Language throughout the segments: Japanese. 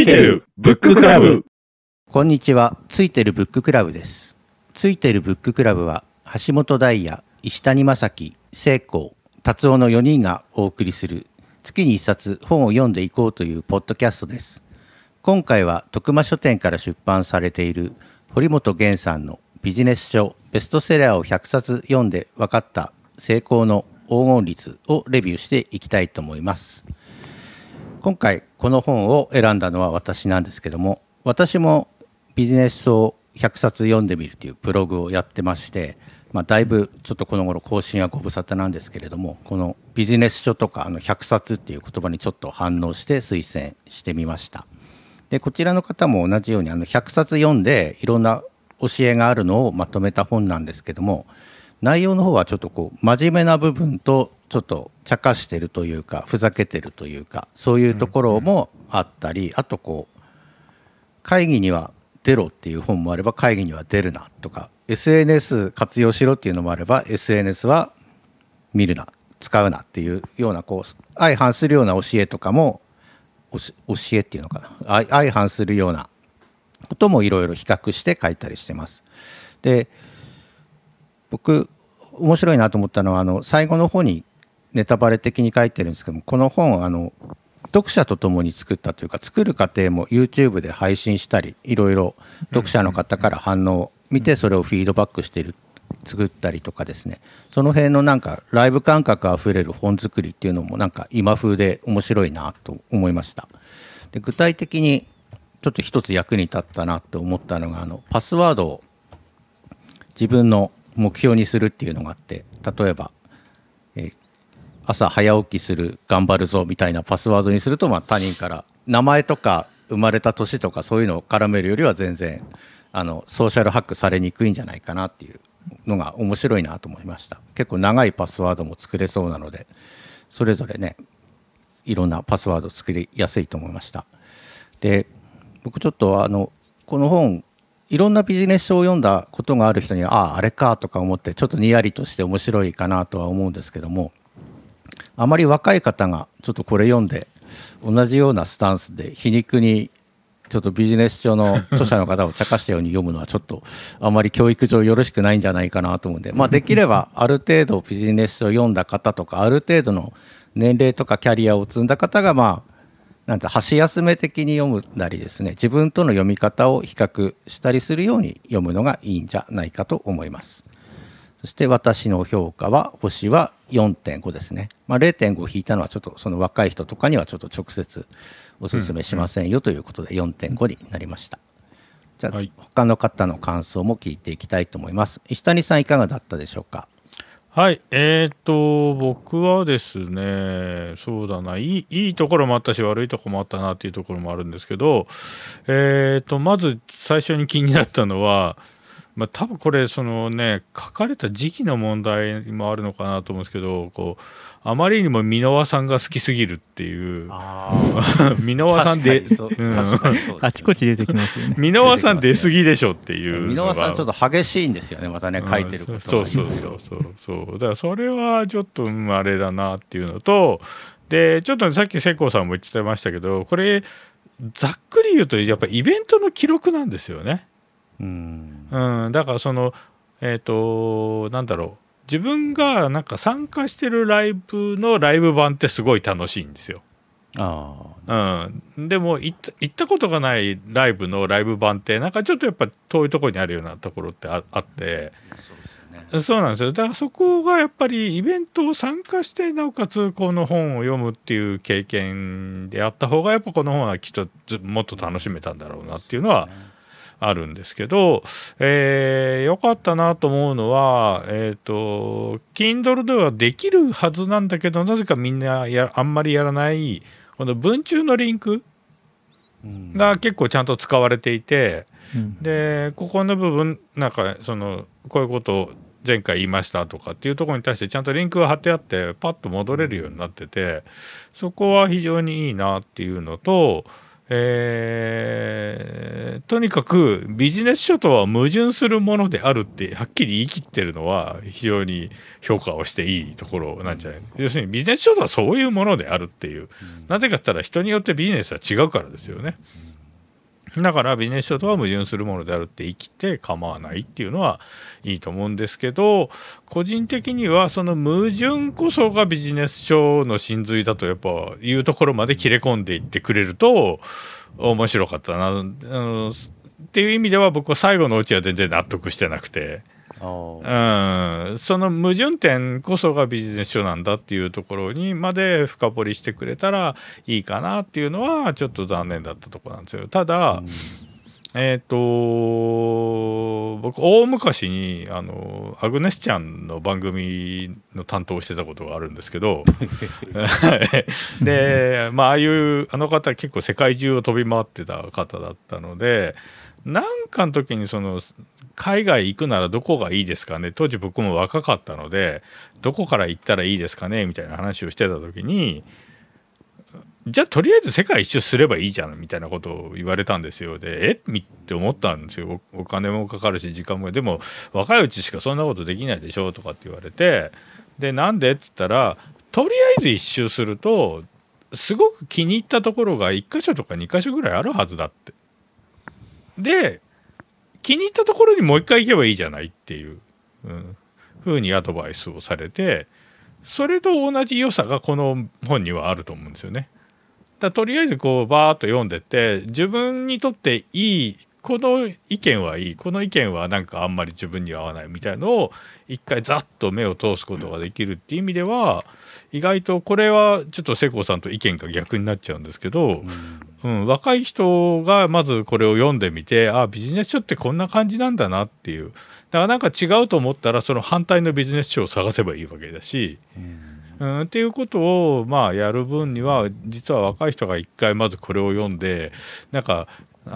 いてるブッククラブ。 こんにちは。ついてるブッククラブです。ついてるブッククラブは橋本大也、石谷正樹、聖光、達夫の4人がお送りする月に1冊本を読んでいこうというポッドキャストです。今回は徳間書店から出版されている堀本源さんのビジネス書ベストセラーを100冊読んで分かった成功の黄金律をレビューしていきたいと思います。今回この本を選んだのは私なんですけども、私もビジネス書を100冊読んでみるというブログをやってまして、だいぶちょっとこの頃更新はご無沙汰なんですけれども、このビジネス書とか100冊っていう言葉にちょっと反応して推薦してみました。でこちらの方も同じように100冊読んでいろんな教えがあるのをまとめた本なんですけども、内容の方はちょっと真面目な部分とちょっと茶化してるというかふざけてるというか、そういうところもあったり、あと会議には出ろっていう本もあれば会議には出るなとか、 SNS 活用しろっていうのもあれば SNS は見るな使うなっていうような相反するような教えとかも教えっていうのかな、相反するようなこともいろいろ比較して書いたりしてます。で僕面白いなと思ったのは最後の方にネタバレ的に書いてるんですけども、この本読者と共に作ったというか、作る過程も YouTube で配信したり、いろいろ読者の方から反応を見てそれをフィードバックしている作ったりとかですね、その辺のライブ感覚あふれる本作りっていうのも今風で面白いなと思いました。で具体的にちょっと一つ役に立ったなと思ったのがパスワードを自分の目標にするっていうのがあって、例えば朝早起きする頑張るぞみたいなパスワードにすると、他人から名前とか生まれた年とかそういうのを絡めるよりは全然ソーシャルハックされにくいんじゃないかなっていうのが面白いなと思いました。結構長いパスワードも作れそうなので、それぞれねいろんなパスワード作りやすいと思いました。で僕ちょっとこの本いろんなビジネス書を読んだことがある人にはあれかとか思ってちょっとにやりとして面白いかなとは思うんですけども、あまり若い方がちょっとこれ読んで同じようなスタンスで皮肉にちょっとビジネス書の著者の方を茶化したように読むのはちょっとあまり教育上よろしくないんじゃないかなと思うんで、できればある程度ビジネス書を読んだ方とか、ある程度の年齢とかキャリアを積んだ方が箸休め的に読むなりですね、自分との読み方を比較したりするように読むのがいいんじゃないかと思います。そして私の評価は星は 4.5 ですね。0.5 引いたのはちょっとその若い人とかにはちょっと直接お勧めしませんよということで 4.5 になりました。じゃあ、他の方の感想も聞いていきたいと思います。石谷さんいかがだったでしょうか。 はい、僕はですね、そうだな、いいところもあったし悪いところもあったなっていうところもあるんですけど、まず最初に気になったのは、多分これそのね書かれた時期の問題もあるのかなと思うんですけど、あまりにも箕輪さんが好きすぎるっていう箕輪さんであちこち出てきますよね。 箕輪さん出過ぎでしょっていう箕輪さんちょっと激しいんですよね、またね書いてることが。 そうだからそれはちょっとあれだなっていうのと、でちょっとさっき瀬古さんも言ってましたけど、これざっくり言うとやっぱイベントの記録なんですよね。だからそのなんだろう、自分が参加してるライブのライブ版ってすごい楽しいんですよ。でも行ったことがないライブのライブ版ってちょっとやっぱ遠いところにあるようなところってあって、そうなんですよ。だからそこがやっぱりイベントを参加してなおかつこの本を読むっていう経験であった方がやっぱこの本はきっともっと楽しめたんだろうなっていうのはあるんですけど、良かったなと思うのは、Kindle ではできるはずなんだけど、なぜかみんなあんまりやらないこの文中のリンクが結構ちゃんと使われていて、でここの部分こういうことを前回言いましたとかっていうところに対してちゃんとリンクが貼ってあってパッと戻れるようになってて、そこは非常にいいなっていうのと、とにかくビジネス書とは矛盾するものであるってはっきり言い切ってるのは非常に評価をしていいところなんじゃない。要するにビジネス書とはそういうものであるっていう、なぜかって言ったら人によってビジネスは違うからですよね。 だからビジネス書とは矛盾するものであるって生きて構わないっていうのはいいと思うんですけど、個人的にはその矛盾こそがビジネス書の真髄だとやっぱいうところまで切れ込んでいってくれると面白かったなっていう意味では、僕は最後のうちは全然納得してなくて、その矛盾点こそがビジネス書なんだっていうところにまで深掘りしてくれたらいいかなっていうのはちょっと残念だったところなんですよ。ただ、僕大昔にアグネスちゃんの番組の担当をしてたことがあるんですけどで、ああいうあの方結構世界中を飛び回ってた方だったので、なんかの時にその海外行くならどこがいいですかね、当時僕も若かったのでどこから行ったらいいですかねみたいな話をしてた時に、じゃあとりあえず世界一周すればいいじゃんみたいなことを言われたんですよ。でって思ったんですよ。お金もかかるし時間も、でも若いうちしかそんなことできないでしょとかって言われて、でなんでって言ったら、とりあえず一周するとすごく気に入ったところが1箇所とか2箇所ぐらいあるはずだって、で気に入ったところにもう一回行けばいいじゃないっていう、風にアドバイスをされて、それと同じ良さがこの本にはあると思うんですよね。とりあえずこうバーッと読んでって自分にとっていい、この意見はいい、この意見はなんかあんまり自分に合わないみたいのを一回ざっと目を通すことができるっていう意味では、意外とこれはちょっと世耕さんと意見が逆になっちゃうんですけど、若い人がまずこれを読んでみて、ビジネス書ってこんな感じなんだなっていう、だからなんか違うと思ったらその反対のビジネス書を探せばいいわけだし、っていうことをやる分には、実は若い人が一回まずこれを読んで、なんか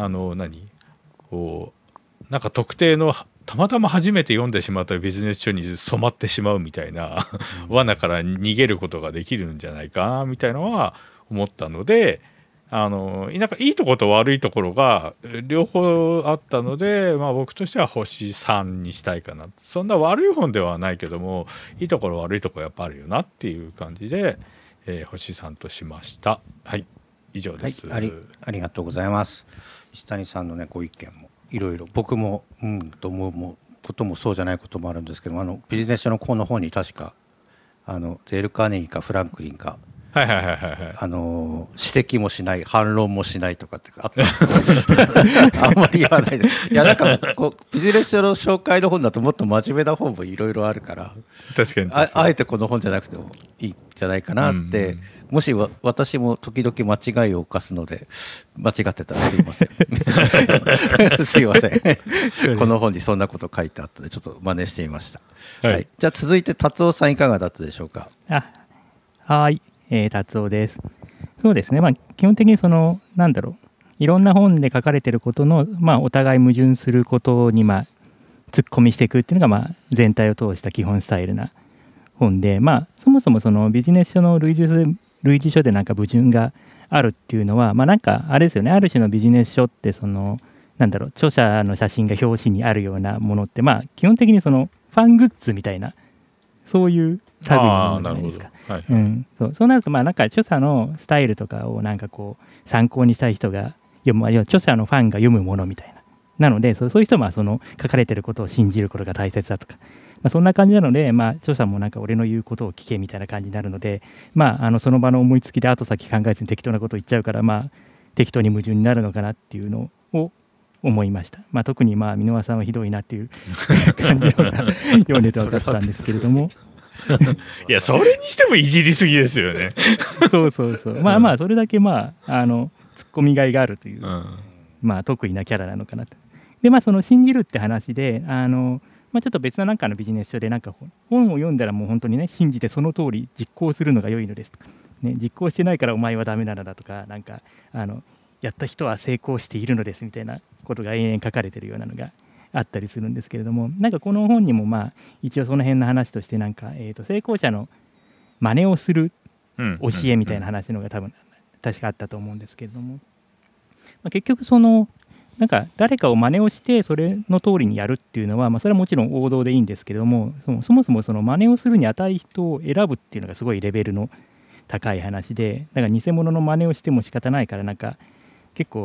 なんか特定のたまたま初めて読んでしまったビジネス書に染まってしまうみたいな罠から逃げることができるんじゃないかなみたいなのは思ったので、なんかいいところと悪いところが両方あったので、僕としては星3にしたいかな。そんな悪い本ではないけども、いいところ悪いところやっぱあるよなっていう感じで、星3としました。はい、以上です。 ありがとうございます。石谷さんのねご意見もいろいろ、僕もと思うこともそうじゃないこともあるんですけど、ビジネス書のこの本に確かデール・カーネギーかフランクリンか、指摘もしない、反論もしないとかってあんまり言わないで、いやなんかこうビジネス書の紹介の本だともっと真面目な本もいろいろあるから、 確かにあえてこの本じゃなくてもいいんじゃないかなって、もし私も時々間違いを犯すので、間違ってたらすいませんすいませんこの本にそんなこと書いてあったのでちょっと真似してみました。はい、じゃあ続いて達夫さんいかがだったでしょうか。 はい、達夫です。そうですね、基本的にいろんな本で書かれていることの、お互い矛盾することに突っ込みしていくっていうのが、全体を通した基本スタイルな本で、そもそもそのビジネス書の類似書でなんか矛盾があるっていうのは、なんかあれですよね、ある種のビジネス書って著者の写真が表紙にあるようなものって、基本的にファングッズみたいな、そういう類のものじゃないですか。そうなるとなんか著者のスタイルとかをなんかこう参考にしたい人が読む、著者のファンが読むものみたいなので、そういう人はその書かれてることを信じることが大切だとか、そんな感じなので、著者もなんか俺の言うことを聞けみたいな感じになるので、その場の思いつきで後先考えずに適当なことを言っちゃうから、適当に矛盾になるのかなっていうのを思いました。特に箕輪さんはひどいなっていう感じが読んでて分かったんですけれどもいや、それにしてもいじりすぎですよねそうそれだけツッコミがいがあるという、得意なキャラなのかなと。でその信じるって話でちょっと別のなんかのビジネス書でなんか本を読んだらもう本当にね信じてその通り実行するのが良いのですとか、実行してないからお前はダメなのだとか、なんかやった人は成功しているのですみたいなことが延々書かれてるようなのがあったりするんですけれども、なんかこの本にも一応その辺の話としてなんか、成功者の真似をする教えみたいな話のが多分確かあったと思うんですけれども、結局なんか誰かを真似をしてそれの通りにやるっていうのは、それはもちろん王道でいいんですけれども、そもそもその真似をするに値い人を選ぶっていうのがすごいレベルの高い話で、だから偽物の真似をしても仕方ないから、なんか結構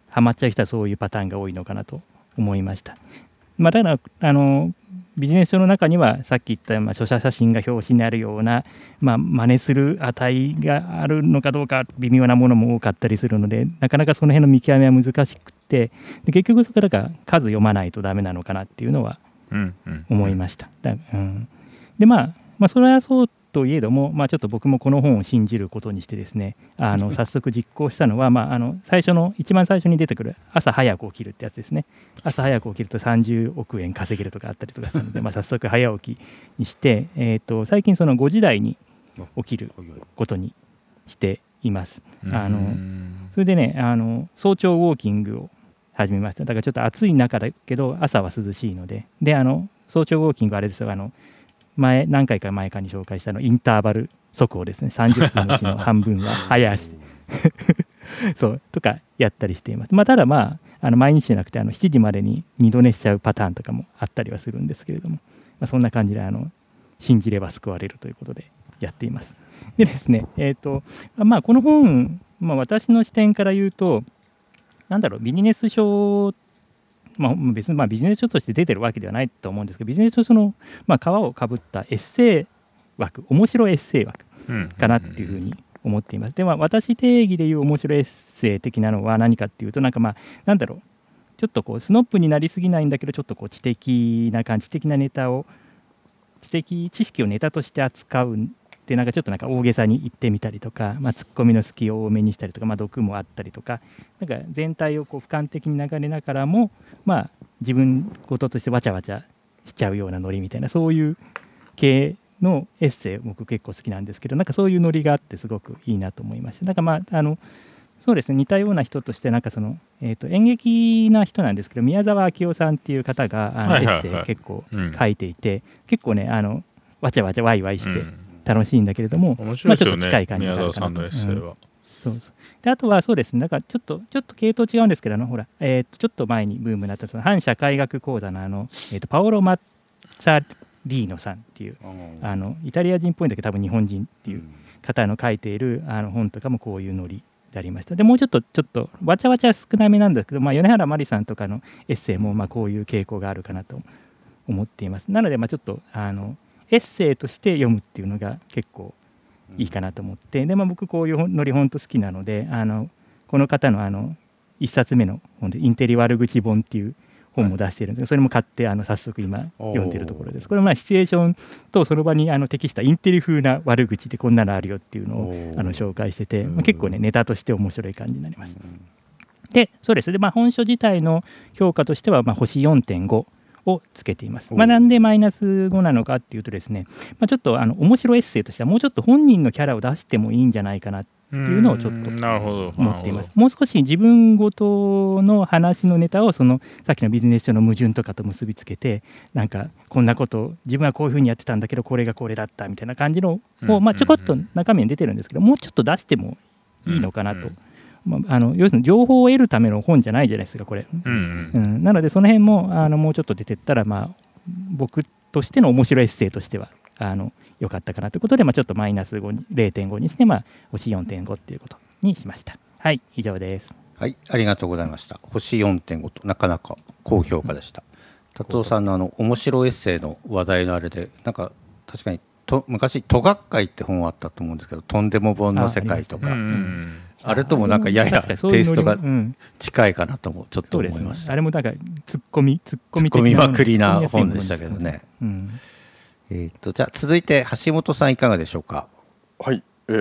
ハマっちゃう人はそういうパターンが多いのかなと思いました。ただビジネス書の中にはさっき言った著者写真が表紙になるような、真似する値があるのかどうか微妙なものも多かったりするので、なかなかその辺の見極めは難しくて、で結局そこから数読まないとダメなのかなっていうのは思いました。でそれはそうといえども、ちょっと僕もこの本を信じることにしてですね、早速実行したのは、一番最初に出てくる朝早く起きるってやつですね。朝早く起きると30億円稼げるとかあったりとかするので早速早起きにして、最近その5時台に起きることにしています。それでね、早朝ウォーキングを始めました。だからちょっと暑い中だけど朝は涼しいので、早朝ウォーキングあれですよ、何回か前かに紹介したインターバル速歩ですね。30分のうちの半分は早足そうとかやったりしています。ただ毎日じゃなくて7時までに2度寝しちゃうパターンとかもあったりはするんですけれども、そんな感じで信じれば救われるということでやっています。でですね、この本、私の視点から言うとビジネス書別にビジネス書として出てるわけではないと思うんですけど、ビジネス書の皮をかぶったエッセイ枠、面白いエッセイ枠かなっていうふうに思っています。で私定義でいう面白いエッセイ的なのは何かっていうと、ちょっとスノップになりすぎないんだけど、ちょっと知的なネタを知識をネタとして扱うで、ちょっと大げさに言ってみたりとか、ツッコミの隙を多めにしたりとか、毒もあったりとか、全体を俯瞰的に流れながらも、自分事としてわちゃわちゃしちゃうようなノリみたいな、そういう系のエッセイ僕結構好きなんですけど、そういうノリがあってすごくいいなと思いました。そうですね、似たような人として演劇な人なんですけど、宮沢明夫さんっていう方がエッセイ結構書いていて、結構ねわちゃわちゃワイワイして楽しいんだけれども、 面白いですよね、 ちょっと近い感じがあるかなと。 宮沢さんのエッセイは。 であとはそうですね、ちょっと系統違うんですけどちょっと前にブームになった反社会学講座のパオロ・マッツァリーノさんっていうイタリア人っぽいんだけど多分日本人っていう方の書いている本とかもこういうノリでありました。でもうちょっとわちゃわちゃ少なめなんですけど、米原麻里さんとかのエッセイもこういう傾向があるかなと思っています。なのでちょっとエッセイとして読むっていうのが結構いいかなと思って、で僕こういうノリ本当好きなので、この方の1冊目の本でインテリ悪口本っていう本も出しているんですけど、それも買って早速今読んでいるところです。これシチュエーションとその場に適したインテリ風な悪口でこんなのあるよっていうのを紹介してて、結構ねネタとして面白い感じになります。でそうです。で本書自体の評価としては星 4.5をつけています。なんでマイナス5なのかっていうとですね、ちょっと面白いエッセイとしてはもうちょっと本人のキャラを出してもいいんじゃないかなっていうのをちょっと思っています。もう少し自分ごとの話のネタをさっきのビジネス書の矛盾とかと結びつけて、こんなこと自分はこういうふうにやってたんだけどこれがこれだったみたいな感じのをちょこっと中身に出てるんですけど、もうちょっと出してもいいのかなと。要するに情報を得るための本じゃないじゃないですかこれ、なのでその辺ももうちょっと出てったら僕としての面白いエッセイとしては良かったかなということで、ちょっとマイナス5に 0.5 にして星 4.5 っていうことにしました。はい、以上です。 はい、ありがとうございました。星 4.5 となかなか高評価でした。達夫さんの面白いエッセイの話題のあれで確かに昔都学会って本あったと思うんですけど、とんでも本の世界とかあれともややテイストが近いかなともちょっと思いました。 あれもツッコミまくりな本でしたけどね。じゃあ続いて橋本さんいかがでしょうか。 はい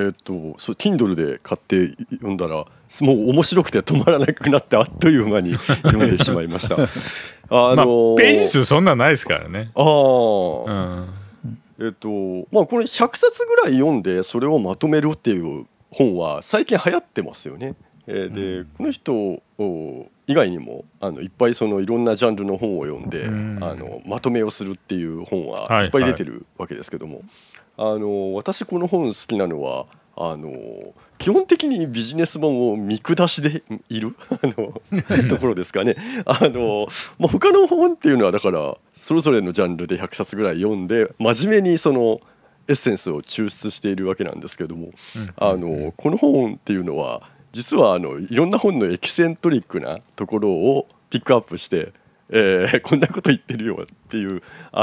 、Kindle で買って読んだらもう面白くて止まらなくなってあっという間に読んでしまいました。 ページ数そんなないですからね。 これ100冊ぐらい読んでそれをまとめるっていう本は最近流行ってますよね。でこの人以外にもいっぱいいろんなジャンルの本を読んでまとめをするっていう本はいっぱい出てるわけですけども、私この本好きなのは基本的にビジネス本を見下しでいるところですかね。他の本っていうのはだからそれぞれのジャンルで100冊ぐらい読んで真面目にエッセンスを抽出しているわけなんですけども、この本っていうのは実はいろんな本のエキセントリックなところをピックアップして、こんなこと言ってるよっていう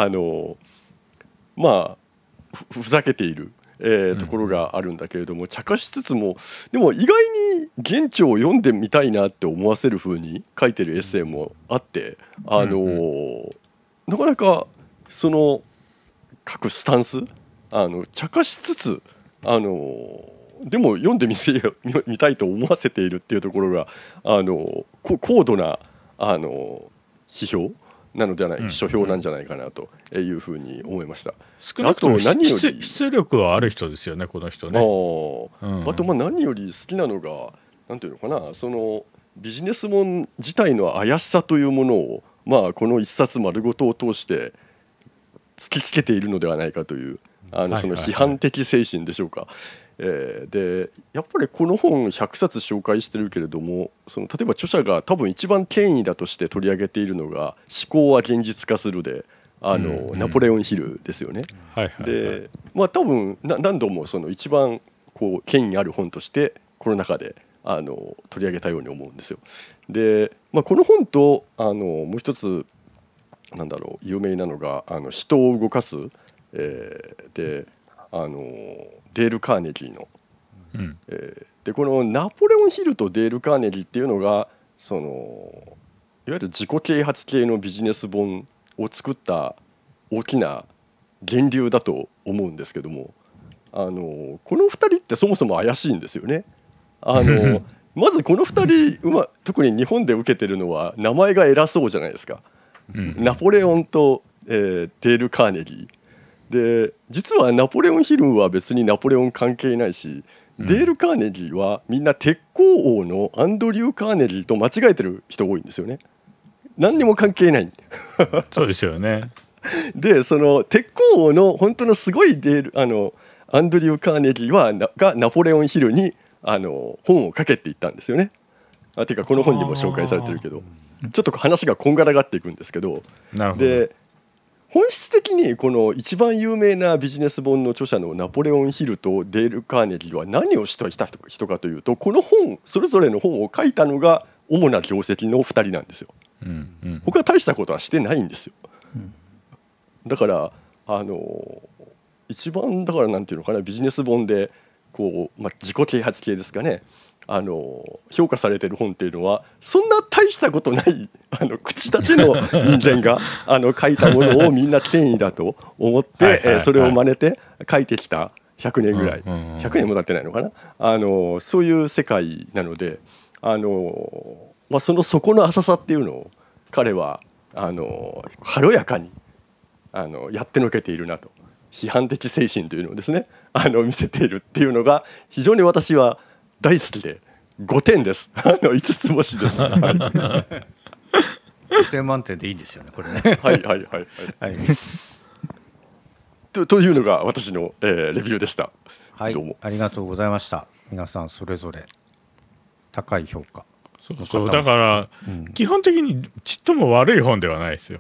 まあふざけている、ところがあるんだけれども、茶化しつつもでも意外に原著を読んでみたいなって思わせる風に書いてるエッセイもあって、なかなかその書くスタンス茶化しつつでも読んでみたいと思わせているっていうところが高度な批評なのではない、書評なんじゃないかなというふうに思いました。 少なくとも出力はある人ですよね、この人ね。 あと何より好きなのがなんていうのかな、そのビジネス本自体の怪しさというものをこの一冊丸ごとを通して突きつけているのではないかというその批判的精神でしょうか。でやっぱりこの本100冊紹介してるけれども、例えば著者が多分一番権威だとして取り上げているのが「思考は現実化する」でナポレオンヒルですよね。で多分何度もその一番権威ある本としてこの中で取り上げたように思うんですよ。で、この本ともう一つ有名なのが人を動かす、でデール・カーネギーの、でこのナポレオンヒルとデール・カーネギーっていうのがいわゆる自己啓発系のビジネス本を作った大きな源流だと思うんですけども、この2人ってそもそも怪しいんですよね。まずこの2人、特に日本で受けてるのは名前が偉そうじゃないですか。ナポレオンと、デール・カーネギーで、実はナポレオンヒルは別にナポレオン関係ないし、デール・カーネギーはみんな鉄鋼王のアンドリュー・カーネギーと間違えてる人多いんですよね。何にも関係ないそうですよね。 でその鉄鋼王の本当のすごいアンドリュー・カーネギーがナポレオンヒルに本を書けって言ったんですよね。ていうかこの本にも紹介されてるけど、ちょっと話がこんがらがっていくんですけど、で本質的にこの一番有名なビジネス本の著者のナポレオンヒルとデール・カーネギーは何をした人かというと、この本それぞれの本を書いたのが主な業績の2人なんですよ。他は大したことはしてないんですよ。だから一番なんていうのかな、ビジネス本で自己啓発系ですかね、評価されてる本っていうのはそんな大したことない口だけの人間が書いたものをみんな権威だと思ってそれを真似て書いてきた100年ぐらい、100年も経ってないのかな、そういう世界なのでその底の浅さっていうのを彼は軽やかにやってのけているなと、批判的精神というのをですね見せているっていうのが非常に私は大好きで5点です。5つ星です。5 点満点でいいですよねこれね。 はいというのが私の、レビューでした。 はい、 どうもありがとうございました。皆さんそれぞれ高い評価。 そうだから、基本的にちっとも悪い本ではないですよ。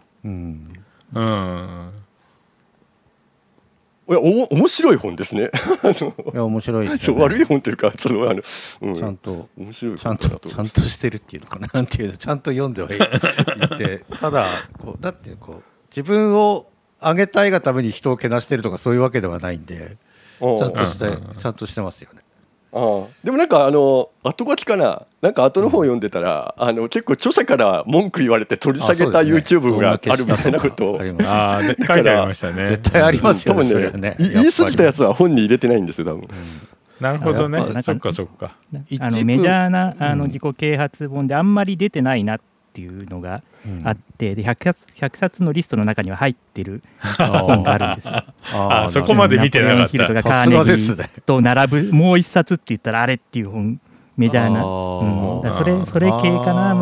いや面白い本ですね。 いや面白いですよね。 悪い本というかちゃんと面白いちゃんとしてるっていうのかな、なんていうの、ちゃんと読んではいてただだって自分を上げたいがために人をけなしてるとかそういうわけではないんで、ちゃんとしてますよね。 でも後書きかな、後の方読んでたら結構著者から文句言われて取り下げた YouTube があるみたいなことを、 書いてありましたね。 絶対ありますよね。 多分ね言い過ぎたやつは本に入れてないんですよ多分。 なるほどね。そっかメジャーな自己啓発本であんまり出てないなっていうのがあって、で 100冊のリストの中には入ってる本があるんですよ。 そこまで見てなかった。 ナポレオンヒルとかカーネギーと並ぶもう一冊って言ったらあれっていう本、メジャーな、それ系かな。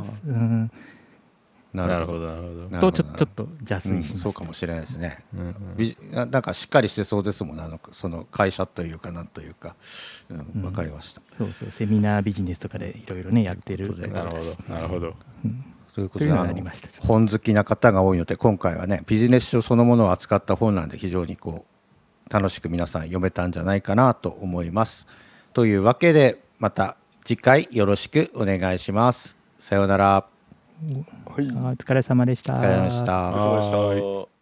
なるほどとちょっと邪推します。 そうかもしれないですね。なんかしっかりしてそうですもん、その会社というかなんというか、分かりました。 そうセミナービジネスとかでいろいろねやってる。 なるほど。 ということで本好きな方が多いので、今回はねビジネス書そのものを扱った本なんで非常に楽しく皆さん読めたんじゃないかなと思います。というわけでまた次回よろしくお願いします。さようなら。 はい、 お疲れ様でした。 お疲れ様でした。 お疲れ様でした。